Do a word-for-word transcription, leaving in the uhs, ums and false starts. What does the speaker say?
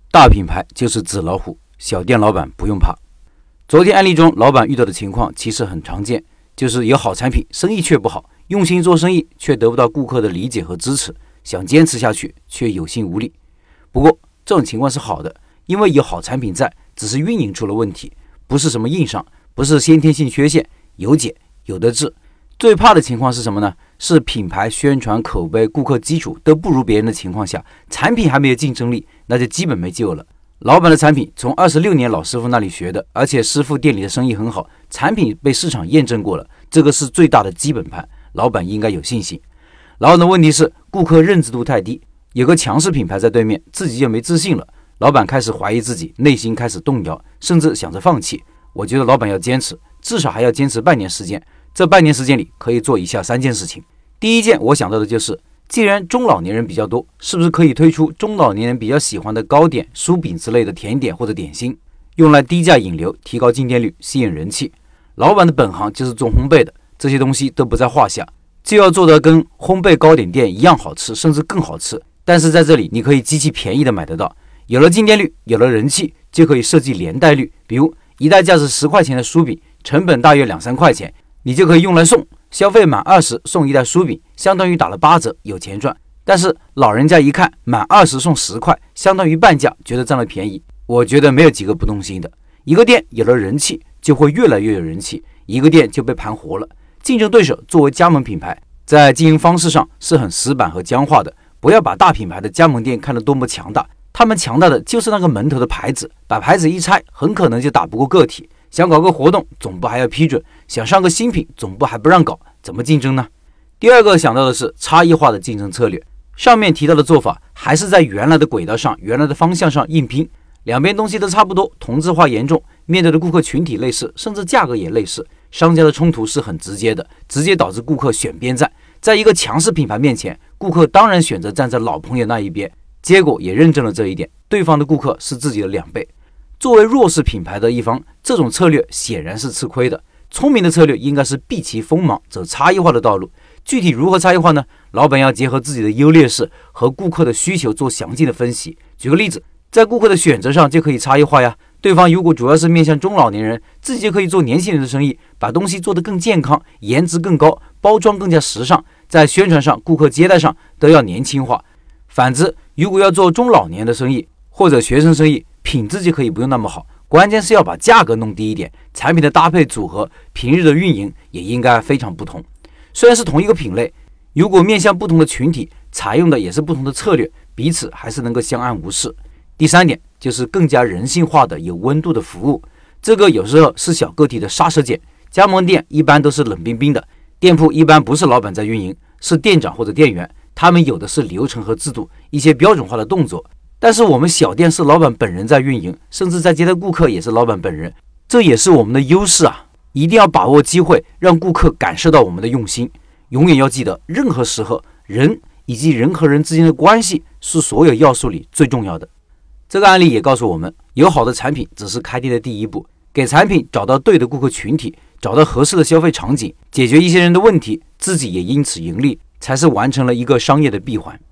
大品牌就是纸老虎，小店老板不用怕。昨天案例中，老板遇到的情况其实很常见，就是有好产品，生意却不好，用心做生意却得不到顾客的理解和支持，想坚持下去却有心无力。不过这种情况是好的，因为有好产品在，只是运营出了问题，不是什么硬伤，不是先天性缺陷，有解有的治。最怕的情况是什么呢？是品牌宣传、口碑、顾客基础都不如别人的情况下，产品还没有竞争力，那就基本没救了。老板的产品从二十六年老师傅那里学的，而且师傅店里的生意很好，产品被市场验证过了，这个是最大的基本盘，老板应该有信心。然后呢，问题是顾客认知度太低，有个强势品牌在对面，自己就没自信了，老板开始怀疑自己，内心开始动摇，甚至想着放弃。我觉得老板要坚持，至少还要坚持半年时间。这半年时间里可以做以下三件事情。第一件我想到的就是，既然中老年人比较多，是不是可以推出中老年人比较喜欢的糕点、酥饼之类的甜点或者点心，用来低价引流，提高进店率，吸引人气。老板的本行就是做烘焙的，这些东西都不在话下，就要做得跟烘焙糕点店一样好吃，甚至更好吃。但是在这里你可以极其便宜的买得到，有了进店率，有了人气，就可以设计连带率，比如一袋价值十块钱的酥饼，成本大约两三块钱，你就可以用来送，消费满二十送一袋酥饼，相当于打了八折，有钱赚。但是老人家一看满二十送十块，相当于半价，觉得占了便宜。我觉得没有几个不动心的。一个店有了人气，就会越来越有人气，一个店就被盘活了。竞争对手作为加盟品牌，在经营方式上是很死板和僵化的。不要把大品牌的加盟店看得多么强大，他们强大的就是那个门头的牌子，把牌子一拆，很可能就打不过个体。想搞个活动，总部还要批准；想上个新品，总部还不让搞，怎么竞争呢？第二个想到的是差异化的竞争策略。上面提到的做法还是在原来的轨道上、原来的方向上硬拼，两边东西都差不多，同质化严重，面对的顾客群体类似，甚至价格也类似，商家的冲突是很直接的，直接导致顾客选边站。在一个强势品牌面前，顾客当然选择站在老朋友那一边，结果也认证了这一点，对方的顾客是自己的两倍。作为弱势品牌的一方，这种策略显然是吃亏的。聪明的策略应该是避其锋芒，走差异化的道路。具体如何差异化呢？老板要结合自己的优劣势和顾客的需求做详尽的分析。举个例子，在顾客的选择上就可以差异化呀。对方如果主要是面向中老年人，自己就可以做年轻人的生意，把东西做得更健康，颜值更高，包装更加时尚，在宣传上、顾客接待上都要年轻化。反之，如果要做中老年的生意或者学生生意，品质就可以不用那么好，关键是要把价格弄低一点，产品的搭配组合、平日的运营也应该非常不同。虽然是同一个品类，如果面向不同的群体，采用的也是不同的策略，彼此还是能够相安无事。第三点就是更加人性化的、有温度的服务，这个有时候是小个体的杀手锏。加盟店一般都是冷冰冰的，店铺一般不是老板在运营，是店长或者店员，他们有的是流程和制度，一些标准化的动作。但是我们小店是老板本人在运营，甚至在接待顾客也是老板本人，这也是我们的优势啊！一定要把握机会，让顾客感受到我们的用心。永远要记得，任何时候人以及人和人之间的关系是所有要素里最重要的。这个案例也告诉我们，有好的产品只是开店的第一步，给产品找到对的顾客群体，找到合适的消费场景，解决一些人的问题，自己也因此盈利，才是完成了一个商业的闭环。